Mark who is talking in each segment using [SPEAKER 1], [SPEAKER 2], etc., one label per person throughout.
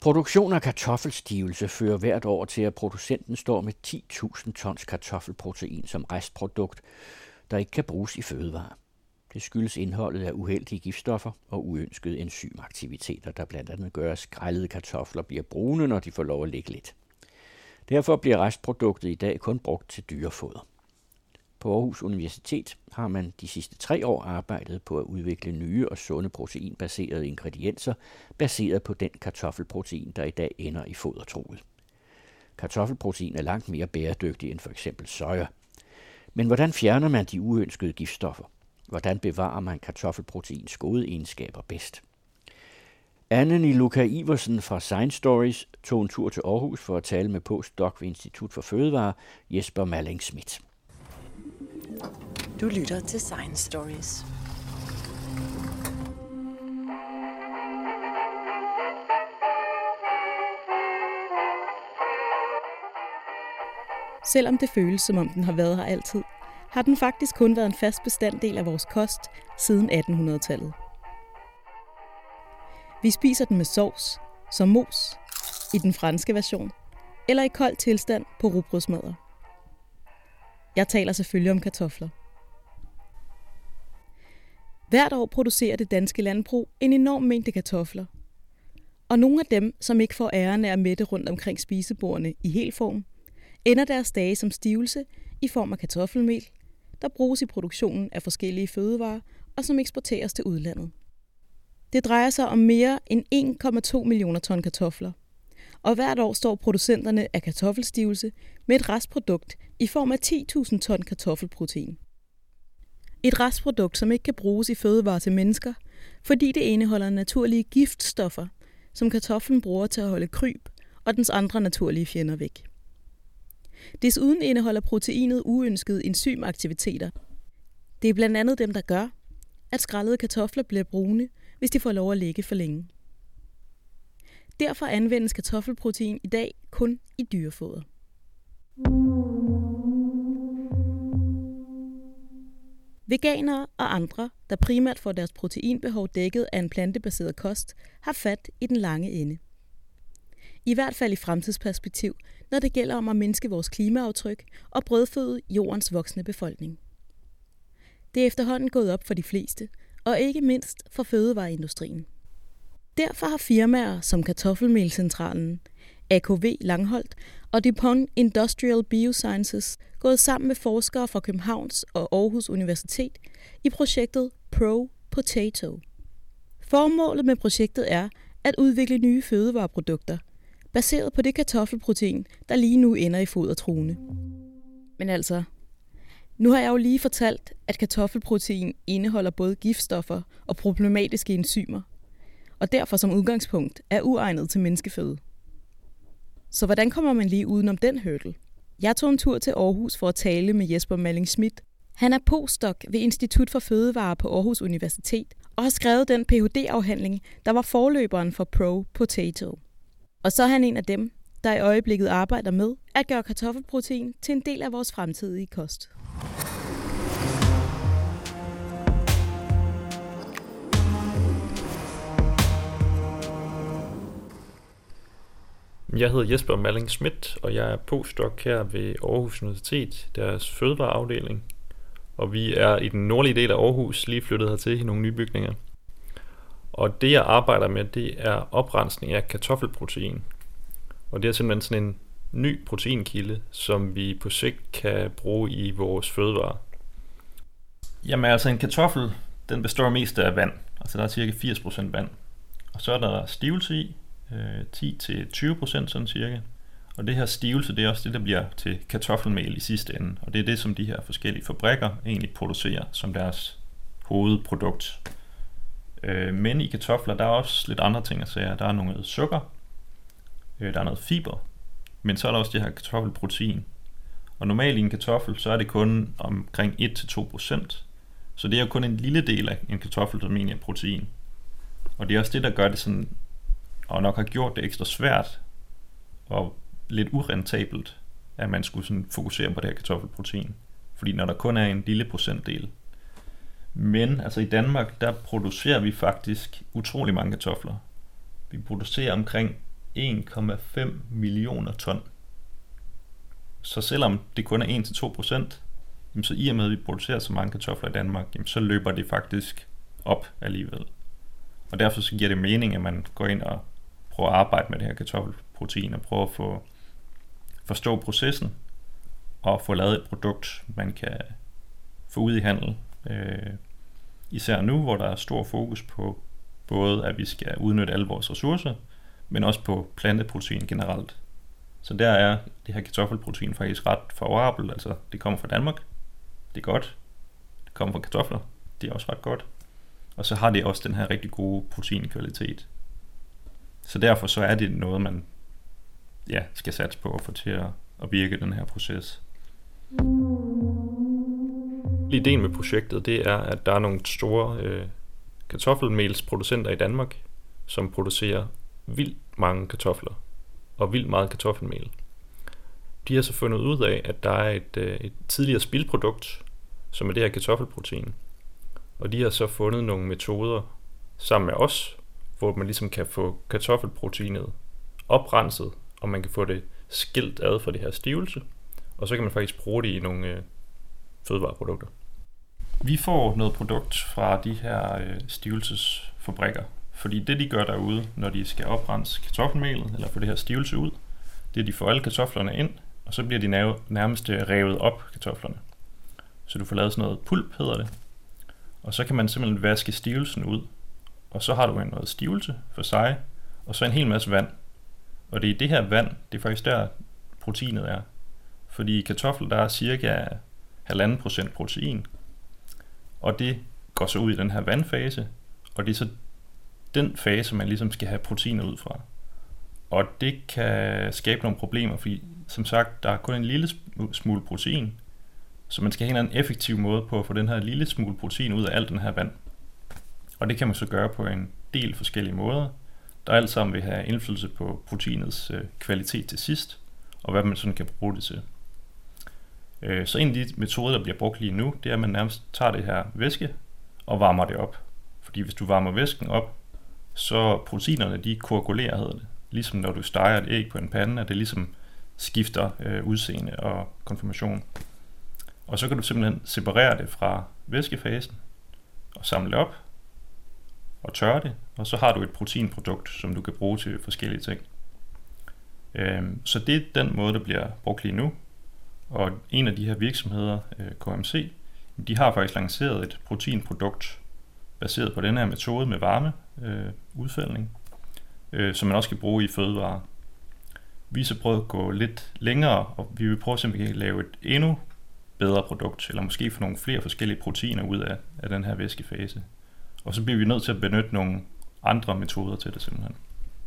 [SPEAKER 1] Produktion af kartoffelstivelse fører hvert år til, at producenten står med 10.000 tons kartoffelprotein som restprodukt, der ikke kan bruges i fødevarer. Det skyldes indholdet af uheldige giftstoffer og uønskede enzymaktiviteter, der blandt andet gør, at skrællede kartofler bliver brune, når de får lov at ligge lidt. Derfor bliver restproduktet i dag kun brugt til dyrefoder. På Aarhus Universitet har man de sidste 3 år arbejdet på at udvikle nye og sunde proteinbaserede ingredienser, baseret på den kartoffelprotein, der i dag ender i fodertruet. Kartoffelprotein er langt mere bæredygtig end f.eks. soja. Men hvordan fjerner man de uønskede giftstoffer? Hvordan bevarer man kartoffelproteins gode egenskaber bedst? Anne Niluka Iversen fra Science Stories tog en tur til Aarhus for at tale med postdoc ved Institut for Fødevare, Jesper Malling Schmidt.
[SPEAKER 2] Du lytter til Science Stories.
[SPEAKER 3] Selvom det føles, som om den har været her altid, har den faktisk kun været en fast bestanddel af vores kost siden 1800-tallet. Vi spiser den med sovs, som mos, i den franske version, eller i kold tilstand på rugbrødsmadder. Jeg taler selvfølgelig om kartofler. Hvert år producerer det danske landbrug en enorm mængde kartofler. Og nogle af dem, som ikke får æren af at mætte rundt omkring spisebordene i hel form, ender deres dage som stivelse i form af kartoffelmel, der bruges i produktionen af forskellige fødevarer og som eksporteres til udlandet. Det drejer sig om mere end 1,2 millioner ton kartofler. Og hvert år står producenterne af kartoffelstivelse med et restprodukt i form af 10.000 ton kartoffelprotein. Et restprodukt, som ikke kan bruges i fødevarer til mennesker, fordi det indeholder naturlige giftstoffer, som kartoflen bruger til at holde kryb og dens andre naturlige fjender væk. Desuden indeholder proteinet uønskede enzymaktiviteter. Det er blandt andet dem, der gør, at skrællede kartofler bliver brune, hvis de får lov at ligge for længe. Derfor anvendes kartoffelprotein i dag kun i dyrefoder. Veganere og andre, der primært får deres proteinbehov dækket af en plantebaseret kost, har fat i den lange ende. I hvert fald i fremtidsperspektiv, når det gælder om at mindske vores klimaaftryk og brødføde jordens voksne befolkning. Det er efterhånden gået op for de fleste, og ikke mindst for fødevareindustrien. Derfor har firmaer som Kartoffelmelcentralen, AKV Langholt og DuPont Industrial Biosciences gået sammen med forskere fra Københavns og Aarhus Universitet i projektet Pro-Potato. Formålet med projektet er at udvikle nye fødevareprodukter, baseret på det kartoffelprotein, der lige nu ender i fodertruene. Men altså, nu har jeg jo lige fortalt, at kartoffelprotein indeholder både giftstoffer og problematiske enzymer, og derfor som udgangspunkt er uegnet til menneskeføde. Så hvordan kommer man lige udenom den hurdle? Jeg tog en tur til Aarhus for at tale med Jesper Malling Schmidt. Han er postdoc ved Institut for Fødevare på Aarhus Universitet og har skrevet den Ph.D.-afhandling, der var forløberen for Pro-Potato. Og så er han en af dem, der i øjeblikket arbejder med at gøre kartoffelprotein til en del af vores fremtidige kost.
[SPEAKER 4] Jeg hedder Jesper Malling Schmidt, og jeg er postdoc her ved Aarhus Universitet, deres fødevareafdeling. Og vi er i den nordlige del af Aarhus lige flyttet hertil i nogle nye bygninger. Og det jeg arbejder med, det er oprensning af kartoffelprotein. Og det er simpelthen sådan en ny proteinkilde, som vi på sigt kan bruge i vores fødevarer. Jamen altså en kartoffel, den består mest af vand. Altså der er cirka 80% vand. Og så er der stivelse i, 10-20% sådan cirka. Og det her stivelse, det er også det, der bliver til kartoffelmel i sidste ende. Og det er det, som de her forskellige fabrikker egentlig producerer som deres hovedprodukt. Men i kartofler, der er også lidt andre ting at sige. Der er noget sukker, der er noget fiber, men så er der også det her kartoffelprotein. Og normalt i en kartoffel, så er det kun omkring 1-2%. Så det er jo kun en lille del af en kartoffel, som egentlig er protein. Og det er også det, der gør det sådan, og nok har gjort det ekstra svært og lidt urentabelt, at man skulle sådan fokusere på det her kartoffelprotein. Fordi når der kun er en lille procentdel. Men altså i Danmark, der producerer vi faktisk utrolig mange kartofler. Vi producerer omkring 1,5 millioner ton. Så selvom det kun er 1-2%, så i og med, at vi producerer så mange kartofler i Danmark, så løber det faktisk op alligevel. Og derfor så giver det mening, at man går ind og prøver at arbejde med det her kartoffelprotein og prøver at forstå processen og få lavet et produkt, man kan få ud i handel. Især nu, hvor der er stor fokus på både, at vi skal udnytte alle vores ressourcer, men også på planteprotein generelt. Så der er det her kartoffelprotein faktisk ret favorabelt. Altså, det kommer fra Danmark. Det er godt. Det kommer fra kartofler. Det er også ret godt. Og så har det også den her rigtig gode proteinkvalitet. Så derfor så er det noget, man skal satse på at få til at virke den her proces. Ideen med projektet, det er, at der er nogle store kartoffelmelsproducenter i Danmark, som producerer vildt mange kartofler og vildt meget kartoffelmel. De har så fundet ud af, at der er et tidligere spildprodukt, som er det her kartoffelprotein. Og de har så fundet nogle metoder sammen med os, hvor man ligesom kan få kartoffelproteinet oprenset, og man kan få det skilt ad fra det her stivelse, og så kan man faktisk bruge det i nogle fødevareprodukter. Vi får noget produkt fra de her stivelsesfabrikker, fordi det de gør derude, når de skal oprense kartoffelmelet, eller få det her stivelse ud, det er, at de får alle kartoflerne ind, og så bliver de nærmest revet op, kartoflerne. Så du får lavet sådan noget pulp, hedder det. Og så kan man simpelthen vaske stivelsen ud, og så har du noget stivelse for sig, og så en hel masse vand. Og det er det her vand, det er faktisk der proteinet er. Fordi i kartoffel, der er cirka 1,5% protein, og det går så ud i den her vandfase, og det er så den fase, man ligesom skal have proteinet ud fra. Og det kan skabe nogle problemer, fordi som sagt, der er kun en lille smule protein, så man skal have en effektiv måde på at få den her lille smule protein ud af alt den her vand. Og det kan man så gøre på en del forskellige måder, der alt sammen vil have indflydelse på proteinets kvalitet til sidst, og hvad man sådan kan bruge det til. Så en af de metoder, der bliver brugt lige nu, det er, at man nærmest tager det her væske og varmer det op. Fordi hvis du varmer væsken op, så proteinerne, de koagulerer, hedder det. Ligesom når du steger et æg på en pande, at det ligesom skifter udseende og konformation. Og så kan du simpelthen separere det fra væskefasen og samle det op og tørre det, og så har du et proteinprodukt, som du kan bruge til forskellige ting. Så det er den måde, der bliver brugt lige nu. Og en af de her virksomheder, KMC, de har faktisk lanceret et proteinprodukt baseret på den her metode med varme udfældning, som man også kan bruge i fødevarer. Vi så prøvet at gå lidt længere, og vi vil prøve simpelthen at lave et endnu bedre produkt, eller måske få nogle flere forskellige proteiner ud af den her væskefase. Og så bliver vi nødt til at benytte nogle andre metoder til det simpelthen.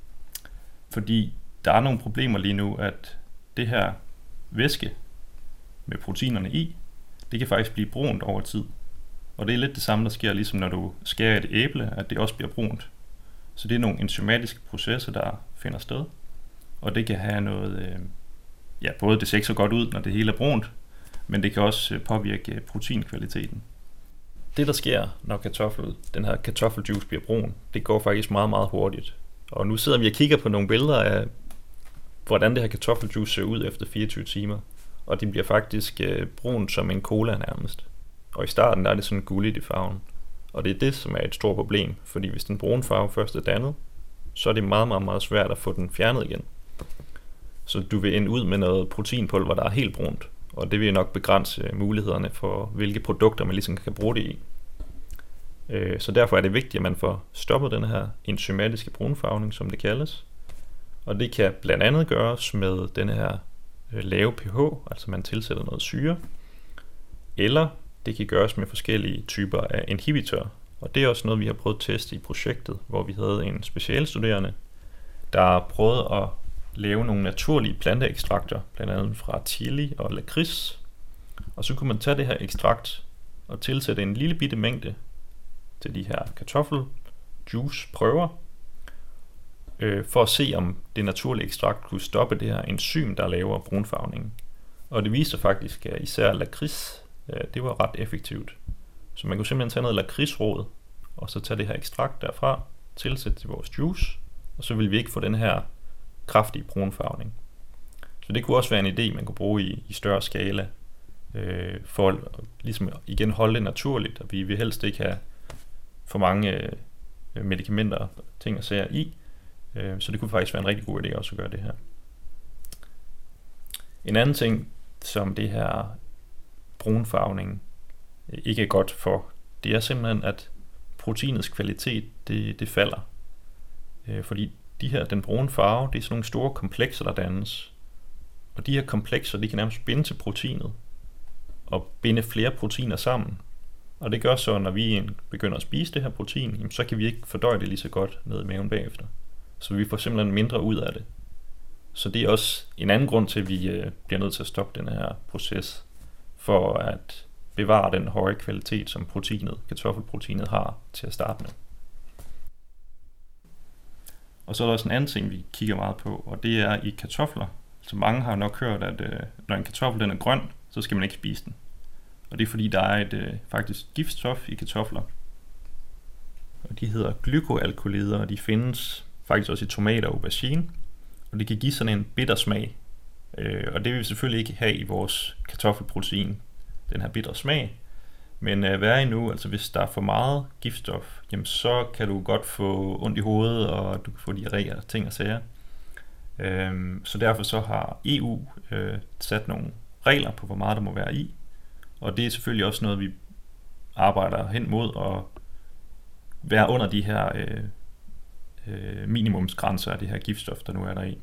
[SPEAKER 4] Fordi der er nogle problemer lige nu, at det her væske med proteinerne i, det kan faktisk blive brunt over tid. Og det er lidt det samme, der sker, ligesom når du skærer et æble, at det også bliver brunt. Så det er nogle enzymatiske processer, der finder sted. Og det kan have noget, både det ser ikke så godt ud, når det hele er brunt, men det kan også påvirke proteinkvaliteten. Det, der sker, når den her kartoffeljuice bliver brun, det går faktisk meget, meget hurtigt. Og nu sidder vi og kigger på nogle billeder af, hvordan det her kartoffeljuice ser ud efter 24 timer. Og det bliver faktisk brunt som en cola nærmest. Og i starten der er det sådan gulligt i farven. Og det er det, som er et stort problem, fordi hvis den brune farve først er dannet, så er det meget, meget, meget svært at få den fjernet igen. Så du vil ende ud med noget proteinpulver, der er helt brunt. Og det vil nok begrænse mulighederne for, hvilke produkter man ligesom kan bruge det i. Så derfor er det vigtigt, at man får stoppet den her enzymatiske brunfarvning, som det kaldes. Og det kan blandt andet gøres med den her lave pH, altså man tilsætter noget syre. Eller det kan gøres med forskellige typer af inhibitor. Og det er også noget, vi har prøvet at teste i projektet, hvor vi havde en specialstuderende, der prøvede at lave nogle naturlige planteekstrakter, blandt andet fra chili og lakrids. Og så kunne man tage det her ekstrakt og tilsætte en lille bitte mængde til de her kartoffeljuice-prøver, for at se, om det naturlige ekstrakt kunne stoppe det her enzym, der laver brunfarvningen. Og det viste faktisk, at især lakrids, det var ret effektivt. Så man kunne simpelthen tage noget lakridsrod, og så tage det her ekstrakt derfra, tilsætte til vores juice, og så ville vi ikke få den her kraftig brunfarvning. Så det kunne også være en idé, man kunne bruge i større skala, for at ligesom igen holde det naturligt, og vi vil helst ikke have for mange medicamenter og ting og sager i, så det kunne faktisk være en rigtig god idé også at gøre det her. En anden ting, som det her brunfarvning ikke er godt for, det er simpelthen, at proteinets kvalitet, det falder. Fordi den brune farve, det er sådan nogle store komplekser, der dannes. Og de her komplekser, de kan nærmest binde til proteinet, og binde flere proteiner sammen. Og det gør så, når vi begynder at spise det her protein, så kan vi ikke fordøje det lige så godt ned i maven bagefter. Så vi får simpelthen mindre ud af det. Så det er også en anden grund til, at vi bliver nødt til at stoppe den her proces, for at bevare den høje kvalitet, som kartoffelproteinet har til at starte med. Og så er der også en anden ting, vi kigger meget på, og det er i kartofler. Så mange har nok hørt, at når en kartoffel den er grøn, så skal man ikke spise den. Og det er fordi, der er et faktisk giftstof i kartofler. Og de hedder glykoalkalider, og de findes faktisk også i tomater og aubergine. Og det kan give sådan en bitter smag. Og det vil vi selvfølgelig ikke have i vores kartoffelprotein, den her bitre smag. Men værre endnu, altså hvis der er for meget giftstof, jamen så kan du godt få ondt i hovedet, og du kan få diarré og ting og sager. Så derfor så har EU sat nogle regler på, hvor meget der må være i. Og det er selvfølgelig også noget, vi arbejder hen mod at være under de her minimumsgrænser af det her giftstof, der nu er der i.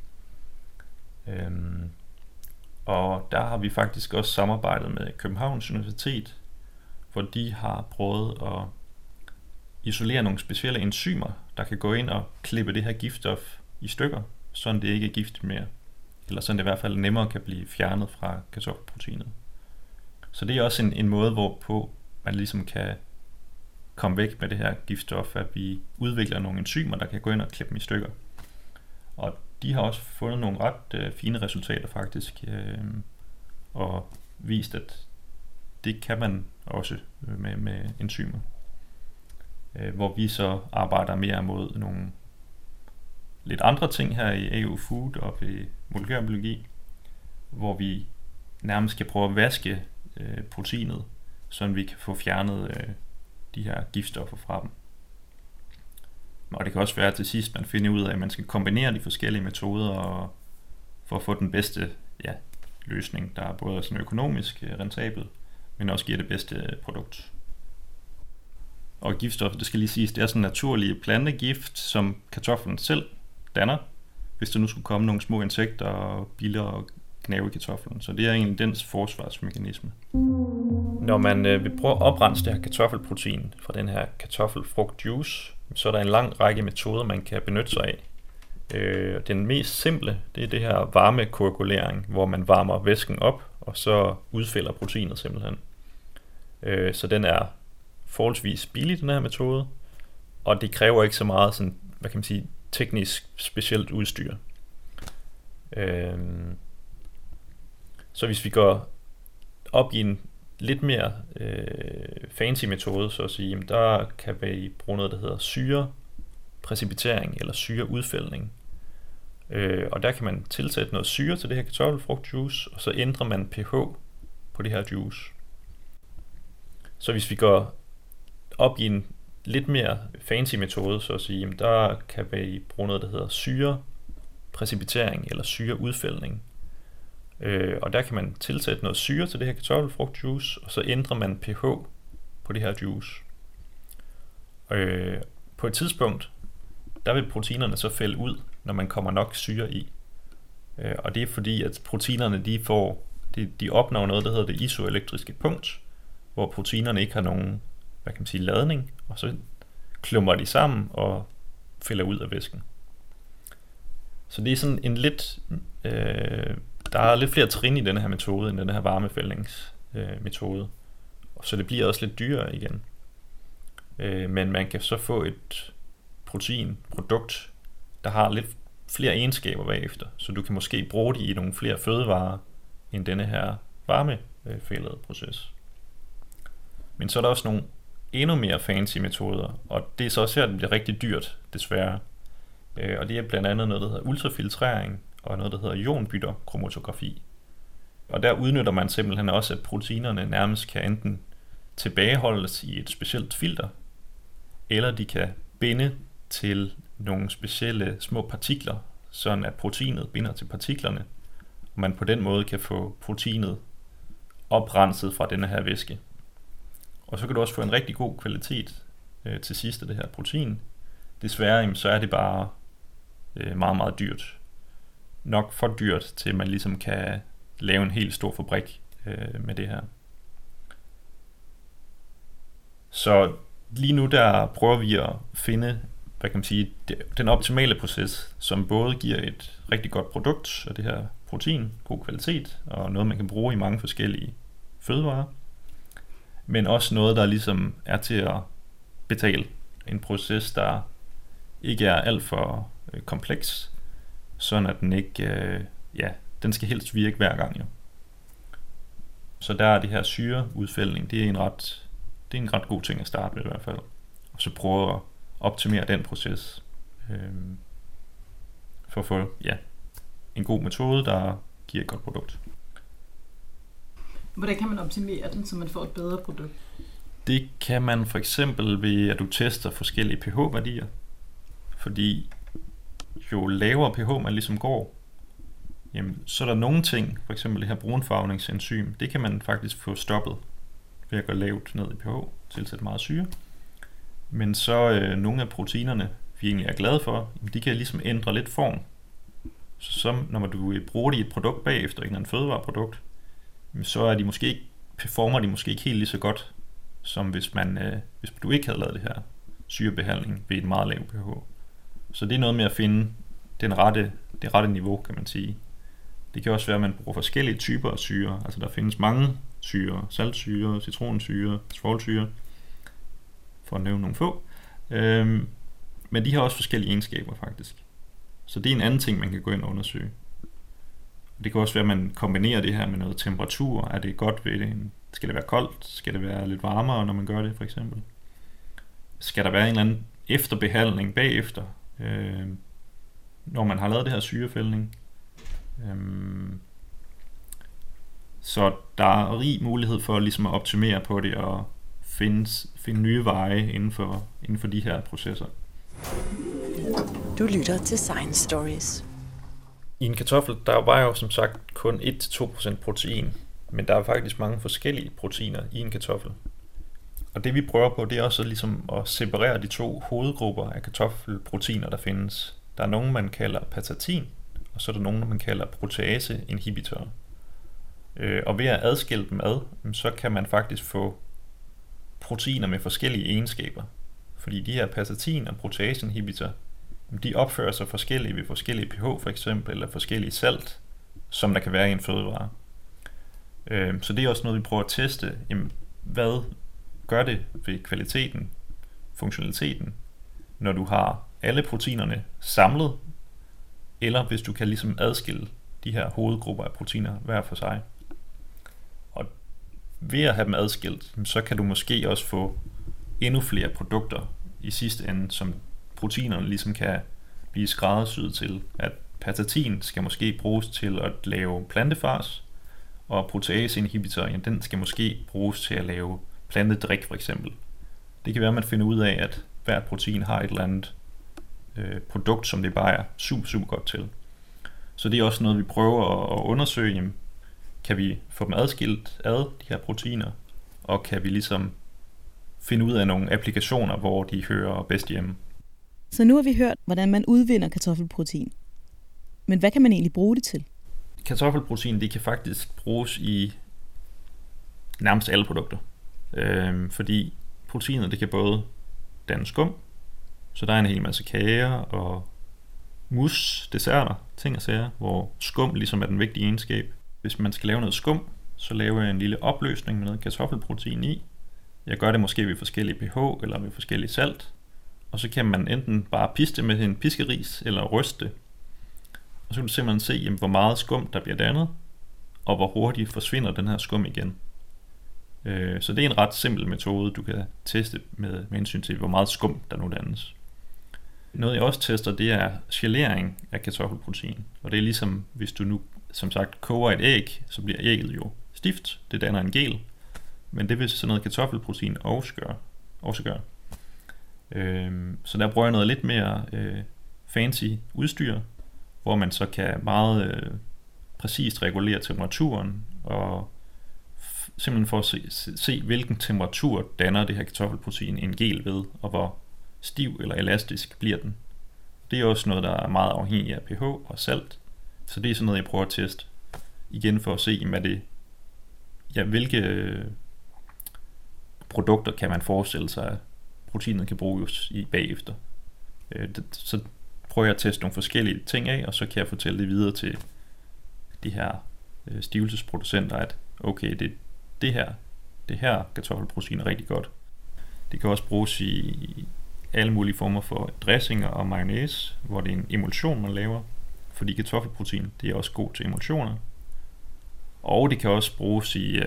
[SPEAKER 4] Og der har vi faktisk også samarbejdet med Københavns Universitet, hvor de har prøvet at isolere nogle specielle enzymer, der kan gå ind og klippe det her giftstof i stykker, så det ikke er giftigt mere, eller så det i hvert fald nemmere kan blive fjernet fra kartoffelproteinet. Så det er også en måde, hvorpå man ligesom kan komme væk med det her giftstof, at vi udvikler nogle enzymer, der kan gå ind og klippe dem i stykker. Og de har også fundet nogle ret fine resultater faktisk, og vist, at det kan man også med enzymer. Hvor vi så arbejder mere mod nogle lidt andre ting her i AU Food og ved molekylærbiologi, hvor vi nærmest skal prøve at vaske proteinet, så vi kan få fjernet de her giftstoffer fra dem. Og det kan også være til sidst, man finder ud af, at man skal kombinere de forskellige metoder for at få den bedste løsning, der er både sådan økonomisk rentabel, men også giver det bedste produkt. Og giftstoffer, det skal lige siges, det er sådan en naturlig plantegift, som kartoflen selv danner, hvis der nu skulle komme nogle små insekter og biller og gnave i kartoflen. Så det er egentlig dens forsvarsmekanisme. Når man vil prøve at oprense det her kartoffelprotein fra den her kartoffelfrugtjuice, så er der en lang række metoder, man kan benytte sig af. Den mest simple, det er det her varmekoagulering, hvor man varmer væsken op, og så udfælder proteinet simpelthen. Så den er forholdsvis billig, den her metode, og det kræver ikke så meget sådan, hvad kan man sige, teknisk specielt udstyr. Så hvis vi går op i en lidt mere fancy metode, så at sige, jamen der kan vi bruge noget, der hedder syrepræcipitering eller syreudfældning. Og der kan man tilsætte noget syre til det her kartoffelfrugtjuice, og så ændrer man pH på det her juice. Så hvis vi går op i en lidt mere fancy metode, så at sige, jamen der kan vi bruge noget, der hedder syrepræcipitering eller syreudfældning. Og der kan man tilsætte noget syre til det her kartoffelfrugtjuice, og så ændrer man pH på det her juice. På et tidspunkt, der vil proteinerne så fælde ud, når man kommer nok syre i. Og det er fordi, at proteinerne de opnår noget, der hedder det isoelektriske punkt, hvor proteinerne ikke har nogen, hvad kan man sige, ladning, og så klumper de sammen og fælder ud af væsken. Så det er sådan en lidt... der er lidt flere trin i denne her metode, end den her varmefældningsmetode. Så det bliver også lidt dyrere igen. Men man kan så få et proteinprodukt, der har lidt flere egenskaber bagefter. Så du kan måske bruge det i nogle flere fødevarer, end denne her varmefældede proces. Men så er der også nogle endnu mere fancy metoder, og det er så også her, det bliver rigtig dyrt, desværre. Og det er blandt andet noget, der hedder ultrafiltrering og noget, der hedder ionbytterkromatografi. Og der udnytter man simpelthen også, at proteinerne nærmest kan enten tilbageholdes i et specielt filter, eller de kan binde til nogle specielle små partikler, sådan at proteinet binder til partiklerne, og man på den måde kan få proteinet oprenset fra denne her væske. Og så kan du også få en rigtig god kvalitet til sidst af det her protein. Desværre så er det bare meget, meget dyrt. Nok for dyrt, til man ligesom kan lave en helt stor fabrik med det her. Så lige nu der prøver vi at finde, hvad kan man sige, den optimale proces, som både giver et rigtig godt produkt af det her protein, god kvalitet, og noget man kan bruge i mange forskellige fødevarer, men også noget, der ligesom er til at betale. En proces, der ikke er alt for kompleks, sådan at den ikke, den skal helst virke hver gang. Jo. Så der er det her syreudfældning, det er en ret god ting at starte med i hvert fald. Og så prøve at optimere den proces, for at få en god metode, der giver et godt produkt.
[SPEAKER 5] Hvordan kan man optimere den, så man får et bedre produkt?
[SPEAKER 4] Det kan man for eksempel ved, at du tester forskellige pH-værdier. Fordi jo lavere pH man ligesom går, jamen, så er der nogle ting, for eksempel det her brunfarvningsenzym, det kan man faktisk få stoppet ved at gå lavt ned i pH, tilsætte meget syre. Men så nogle af proteinerne, vi egentlig er glade for, de kan ligesom ændre lidt form. Så når du bruger det i et produkt bagefter, en eller anden fødevareprodukt, så er performer de måske ikke helt lige så godt, som hvis du ikke havde lavet det her syrebehandling ved et meget lavt pH. Så det er noget med at finde det rette niveau, kan man sige. Det kan også være, at man bruger forskellige typer af syre. Altså der findes mange syre, saltsyre, citronsyre, svovlsyre, for at nævne nogle få. Men de har også forskellige egenskaber faktisk. Så det er en anden ting, man kan gå ind og undersøge. Det kan også være, at man kombinerer det her med noget temperatur. Er det godt ved det? Skal det være koldt? Skal det være lidt varmere, når man gør det, for eksempel? Skal der være en eller anden efterbehandling bagefter, når man har lavet det her syrefældning? Så der er rig mulighed for ligesom at optimere på det og finde nye veje inden for de her processer.
[SPEAKER 2] Du lytter til Science Stories.
[SPEAKER 4] I en kartoffel, der var jo som sagt kun 1-2% protein, men der er faktisk mange forskellige proteiner i en kartoffel. Og det vi prøver på, det er også ligesom at separere de to hovedgrupper af kartoffelproteiner, der findes. Der er nogle, man kalder patatin, og så er der nogle, man kalder proteaseinhibitorer. Og ved at adskille dem ad, så kan man faktisk få proteiner med forskellige egenskaber. Fordi de her patatin- og proteaseinhibitorer, de opfører sig forskellige ved forskellige pH for eksempel, eller forskellige salt, som der kan være i en fødevare. Så det er også noget, vi prøver at teste. Hvad gør det ved kvaliteten, funktionaliteten, når du har alle proteinerne samlet, eller hvis du kan ligesom adskille de her hovedgrupper af proteiner hver for sig. Og ved at have dem adskilt, så kan du måske også få endnu flere produkter i sidste ende, som proteinerne ligesom kan blive skræddersyet til. At patatin skal måske bruges til at lave plantefars, og proteaseinhibitor, den skal måske bruges til at lave plantedrik for eksempel. Det kan være, at man finder ud af, at hvert protein har et eller andet produkt, som det bare er super, super godt til. Så det er også noget, vi prøver at undersøge. Kan vi få dem adskilt ad, de her proteiner, og kan vi ligesom finde ud af nogle applikationer, hvor de hører bedst hjemme.
[SPEAKER 3] Så nu har vi hørt, hvordan man udvinder kartoffelprotein. Men hvad kan man egentlig bruge det til?
[SPEAKER 4] Kartoffelprotein, det kan faktisk bruges i nærmest alle produkter. Fordi proteinet, det kan både danne skum, så der er en hel masse kager og mus, desserter, ting og sager, hvor skum ligesom er den vigtige egenskab. Hvis man skal lave noget skum, så laver jeg en lille opløsning med noget kartoffelprotein i. Jeg gør det måske ved forskellige pH eller ved forskellige salt. Og så kan man enten bare piste med en piskeris eller ryste. Og så kan du simpelthen se, hvor meget skum der bliver dannet, og hvor hurtigt forsvinder den her skum igen. Så det er en ret simpel metode, du kan teste med hensyn til, hvor meget skum der nu dannes. Noget jeg også tester, det er gelering af kartoffelprotein. Og det er ligesom, hvis du nu, som sagt, koger et æg, så bliver ægget jo stift. Det danner en gel. Men det vil sådan noget kartoffelprotein også gøre. Så der bruger jeg noget lidt mere fancy udstyr, hvor man så kan meget præcist regulere temperaturen, og simpelthen for at se hvilken temperatur danner det her kartoffelprotein en gel ved, og hvor stiv eller elastisk bliver den. Det er også noget, der er meget afhængig af pH og salt, så det er sådan noget, jeg prøver at teste igen for at se, hvilke produkter kan man forestille sig, at proteinet kan bruges i bagefter. Så prøver jeg at teste nogle forskellige ting af, og så kan jeg fortælle det videre til de her stivelsesproducenter, at okay, det her kartoffelprotein er rigtig godt. Det kan også bruges i alle mulige former for dressinger og mayonnaise, hvor det er en emulsion, man laver, fordi kartoffelprotein, det er også god til emulsioner. Og det kan også bruges i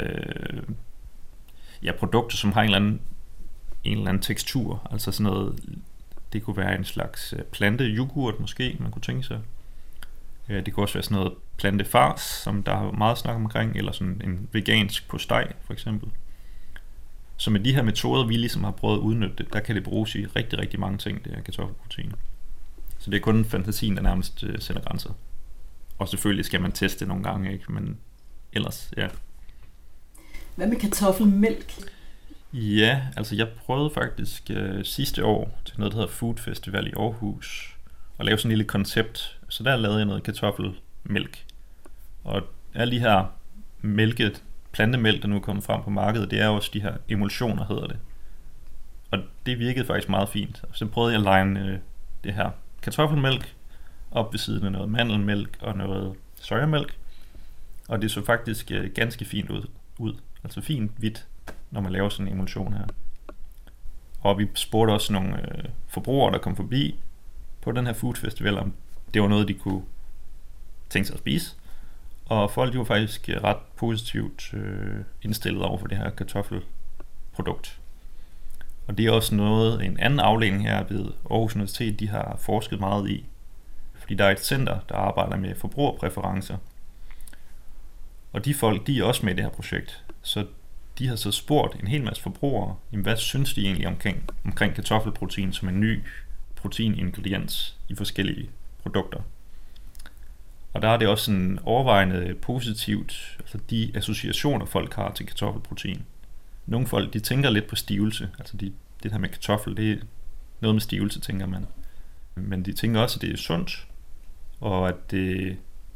[SPEAKER 4] produkter, som har en eller anden tekstur, altså sådan noget, det kunne være en slags planteyoghurt måske, man kunne tænke sig. Det kunne også være sådan noget plantefars, som der er meget snak omkring, eller sådan en vegansk postej for eksempel. Så med de her metoder, vi ligesom har prøvet at udnytte det, der kan det bruges i rigtig, rigtig mange ting, det her kartoffelprotein. Så det er kun fantasien, der nærmest sætter grænser. Og selvfølgelig skal man teste nogle gange, ikke? Men ellers, ja.
[SPEAKER 5] Hvad med kartoffelmælk?
[SPEAKER 4] Ja, altså jeg prøvede faktisk sidste år til noget, der hedder Food Festival i Aarhus, at lave sådan en lille koncept. Så der lavede jeg noget kartoffelmælk. Og alle de her plantemælk, der nu er kommet frem på markedet, det er også de her emulsioner, hedder det. Og det virkede faktisk meget fint. Så prøvede jeg at line det her kartoffelmælk op ved siden af noget mandelmælk og noget sojamælk. Og det så faktisk ganske fint ud. Altså fint hvidt, når man laver sådan en emulsion her. Og vi spurgte også nogle forbrugere, der kom forbi på den her food festival, om det var noget, de kunne tænke sig at spise. Og folk de var faktisk ret positivt indstillet over for det her kartoffelprodukt. Og det er også en anden afdeling her ved Aarhus Universitet, de har forsket meget i. Fordi der er et center, der arbejder med forbrugerpræferencer. Og de folk, de er også med i det her projekt. Så de har så spurgt en hel masse forbrugere, hvad synes de egentlig omkring kartoffelprotein som en ny proteiningrediens i forskellige produkter. Og der er det også sådan overvejende positivt, altså de associationer folk har til kartoffelprotein. Nogle folk, de tænker lidt på stivelse, altså det her med kartoffel, det er noget med stivelse, tænker man. Men de tænker også, at det er sundt, og at det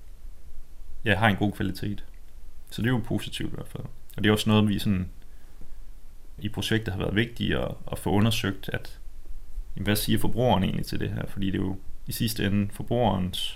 [SPEAKER 4] har en god kvalitet. Så det er jo positivt i hvert fald. Og det er også noget, vi sådan i projektet har været vigtigt at få undersøgt, at hvad siger forbrugeren egentlig til det her? Fordi det er jo i sidste ende forbrugerens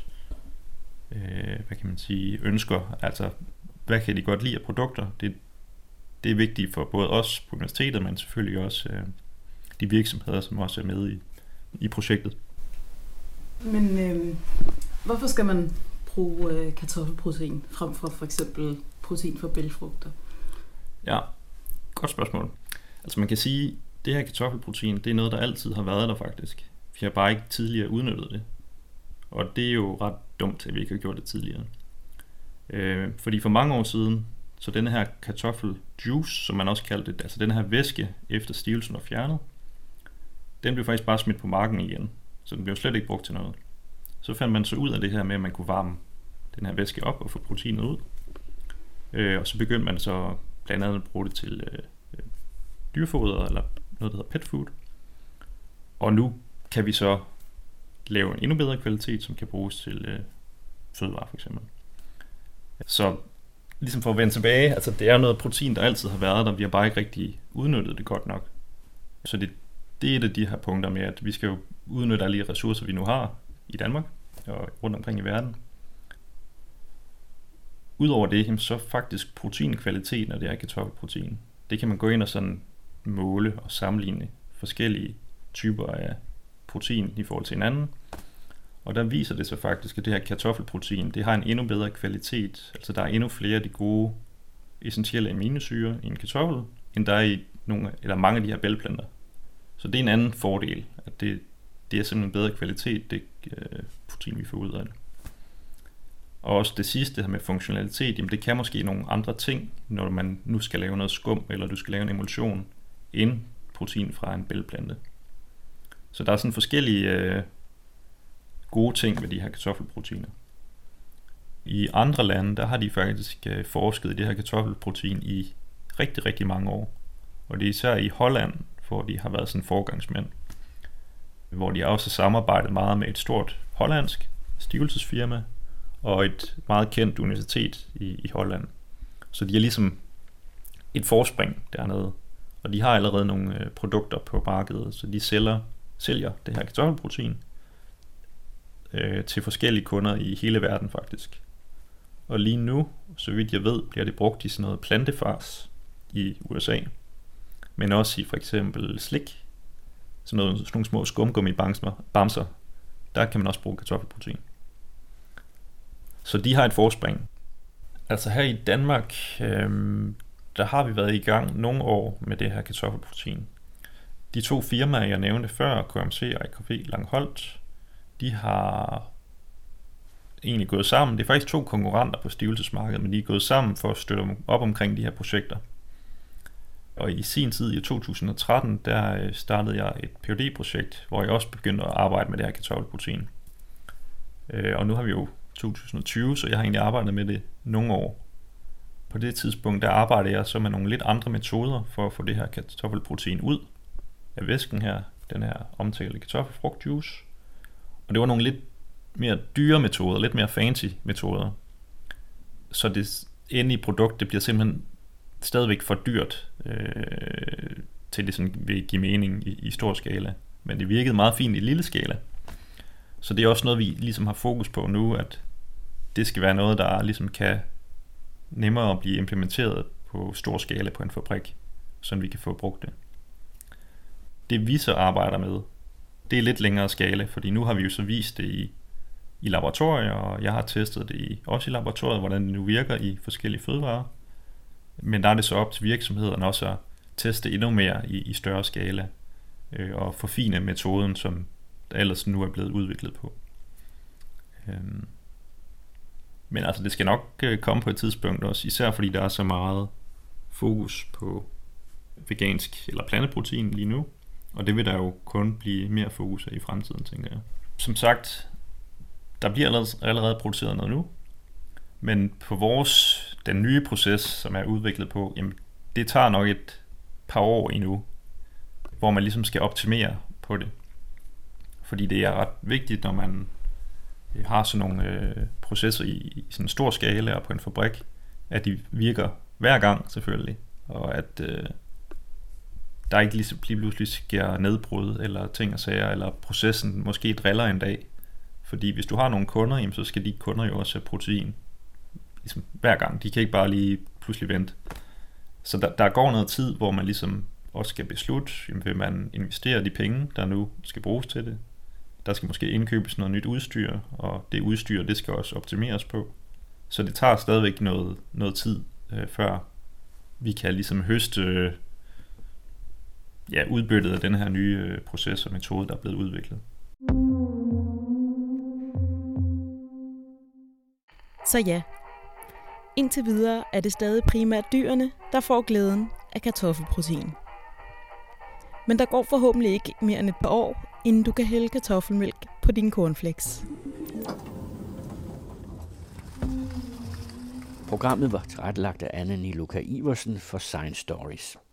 [SPEAKER 4] ønsker, altså hvad kan de godt lide af produkter? Det er vigtigt for både os på universitetet, men selvfølgelig også de virksomheder, som også er med i projektet.
[SPEAKER 5] Men hvorfor skal man bruge kartoffelprotein frem for eksempel protein fra bælgfrugter?
[SPEAKER 4] Ja, godt spørgsmål. Altså man kan sige, at det her kartoffelprotein, det er noget, der altid har været der faktisk. Vi har bare ikke tidligere udnyttet det. Og det er jo ret dumt, at vi ikke har gjort det tidligere. Fordi for mange år siden, så denne her kartoffeljuice, som man også kaldte det, altså den her væske efter stivelsen var fjernet, den blev faktisk bare smidt på marken igen. Så den blev slet ikke brugt til noget. Så fandt man så ud af det her med, at man kunne varme den her væske op og få proteinet ud. Og så begyndte man så blandt andet at bruge det til dyrefoder eller noget, der hedder pet food. Og nu kan vi så lave en endnu bedre kvalitet, som kan bruges til fødevarer for eksempel. Så ligesom for at vende tilbage, altså det er noget protein, der altid har været der, vi har bare ikke rigtig udnyttet det godt nok. Så det er et af de her punkter med, at vi skal jo udnytte alle de ressourcer, vi nu har i Danmark og rundt omkring i verden. Udover det, så faktisk proteinkvaliteten af det her kartoffelprotein, det kan man gå ind og sådan måle og sammenligne forskellige typer af protein i forhold til hinanden. Og der viser det sig faktisk, at det her kartoffelprotein, det har en endnu bedre kvalitet. Altså der er endnu flere af de gode essentielle aminosyrer i en kartoffel, end der er i mange af de her bælgplanter. Så det er en anden fordel, at det er simpelthen bedre kvalitet, det protein, vi får ud af det. Og også det sidste her med funktionalitet, jamen det kan måske nogle andre ting, når man nu skal lave noget skum, eller du skal lave en emulsion, end protein fra en bælgplante. Så der er sådan forskellige gode ting ved de her kartoffelproteiner. I andre lande, der har de faktisk forsket i det her kartoffelprotein i rigtig, rigtig mange år. Og det er især i Holland, hvor de har været sådan forgangsmænd. Hvor de også har samarbejdet meget med et stort hollandsk stivelsesfirma og et meget kendt universitet i Holland. Så de er ligesom et forspring dernede. Og de har allerede nogle produkter på markedet, så de sælger det her kartoffelprotein til forskellige kunder i hele verden faktisk. Og lige nu, så vidt jeg ved, bliver det brugt i sådan noget plantefars i USA. Men også i for eksempel slik. Sådan nogle små skumgummi-bamser. Der kan man også bruge kartoffelprotein. Så de har et forspring. Altså her i Danmark, der har vi været i gang nogle år med det her kartoffelprotein. De 2 firmaer, jeg nævnte før, KMC og AKV Langholt, de har egentlig gået sammen. Det er faktisk 2 konkurrenter på stivelsesmarkedet, men de er gået sammen for at støtte op omkring de her projekter. Og i sin tid, i 2013, der startede jeg et PhD-projekt, hvor jeg også begyndte at arbejde med det her kartoffelprotein. Og nu har vi jo 2020, så jeg har egentlig arbejdet med det nogle år. På det tidspunkt, der arbejdede jeg så med nogle lidt andre metoder for at få det her kartoffelprotein ud af væsken her, den her omtalte kartoffelfrugtjuice. Og det var nogle lidt mere dyre metoder, lidt mere fancy metoder. Så det endelige produkt, det bliver simpelthen stadigvæk for dyrt til det sådan vil give mening i stor skala. Men det virkede meget fint i lille skala. Så det er også noget, vi ligesom har fokus på nu, at det skal være noget, der ligesom kan nemmere blive implementeret på stor skala på en fabrik, så vi kan få brugt det. Det vi så arbejder med, det er lidt længere skala, fordi nu har vi jo så vist det i laboratorier, og jeg har testet det også i laboratoriet, hvordan det nu virker i forskellige fødevarer. Men der er det så op til virksomhederne også at teste endnu mere i større skala og forfine metoden, som der ellers nu er blevet udviklet på. Men altså det skal nok komme på et tidspunkt også, især fordi der er så meget fokus på vegansk eller planteprotein lige nu, og det vil der jo kun blive mere fokus af i fremtiden, tænker jeg. Som sagt, der bliver allerede produceret noget nu, men på den nye proces, som er udviklet på, jamen, det tager nok et par år endnu, hvor man ligesom skal optimere på det. Fordi det er ret vigtigt, når man har sådan nogle processer i sådan en stor skala og på en fabrik, at de virker hver gang selvfølgelig, og at der ikke lige pludselig sker nedbrud eller ting og sager, eller processen måske driller en dag. Fordi hvis du har nogle kunder, jamen, så skal de kunder jo også have protein ligesom hver gang. De kan ikke bare lige pludselig vente. Så der går noget tid, hvor man ligesom også skal beslutte, jamen, vil man investere de penge, der nu skal bruges til det. Der skal måske indkøbes noget nyt udstyr, og det udstyr, det skal også optimeres på. Så det tager stadigvæk noget tid, før vi kan ligesom høste udbyttet af den her nye proces og metode, der er blevet udviklet.
[SPEAKER 3] Så ja, indtil videre er det stadig primært dyrene, der får glæden af kartoffelprotein. Men der går forhåbentlig ikke mere end et par år, inden du kan hælde kartoffelmælk på dine cornflakes.
[SPEAKER 1] Programmet var tilrettelagt af Anne Niluka Iversen for Science Stories.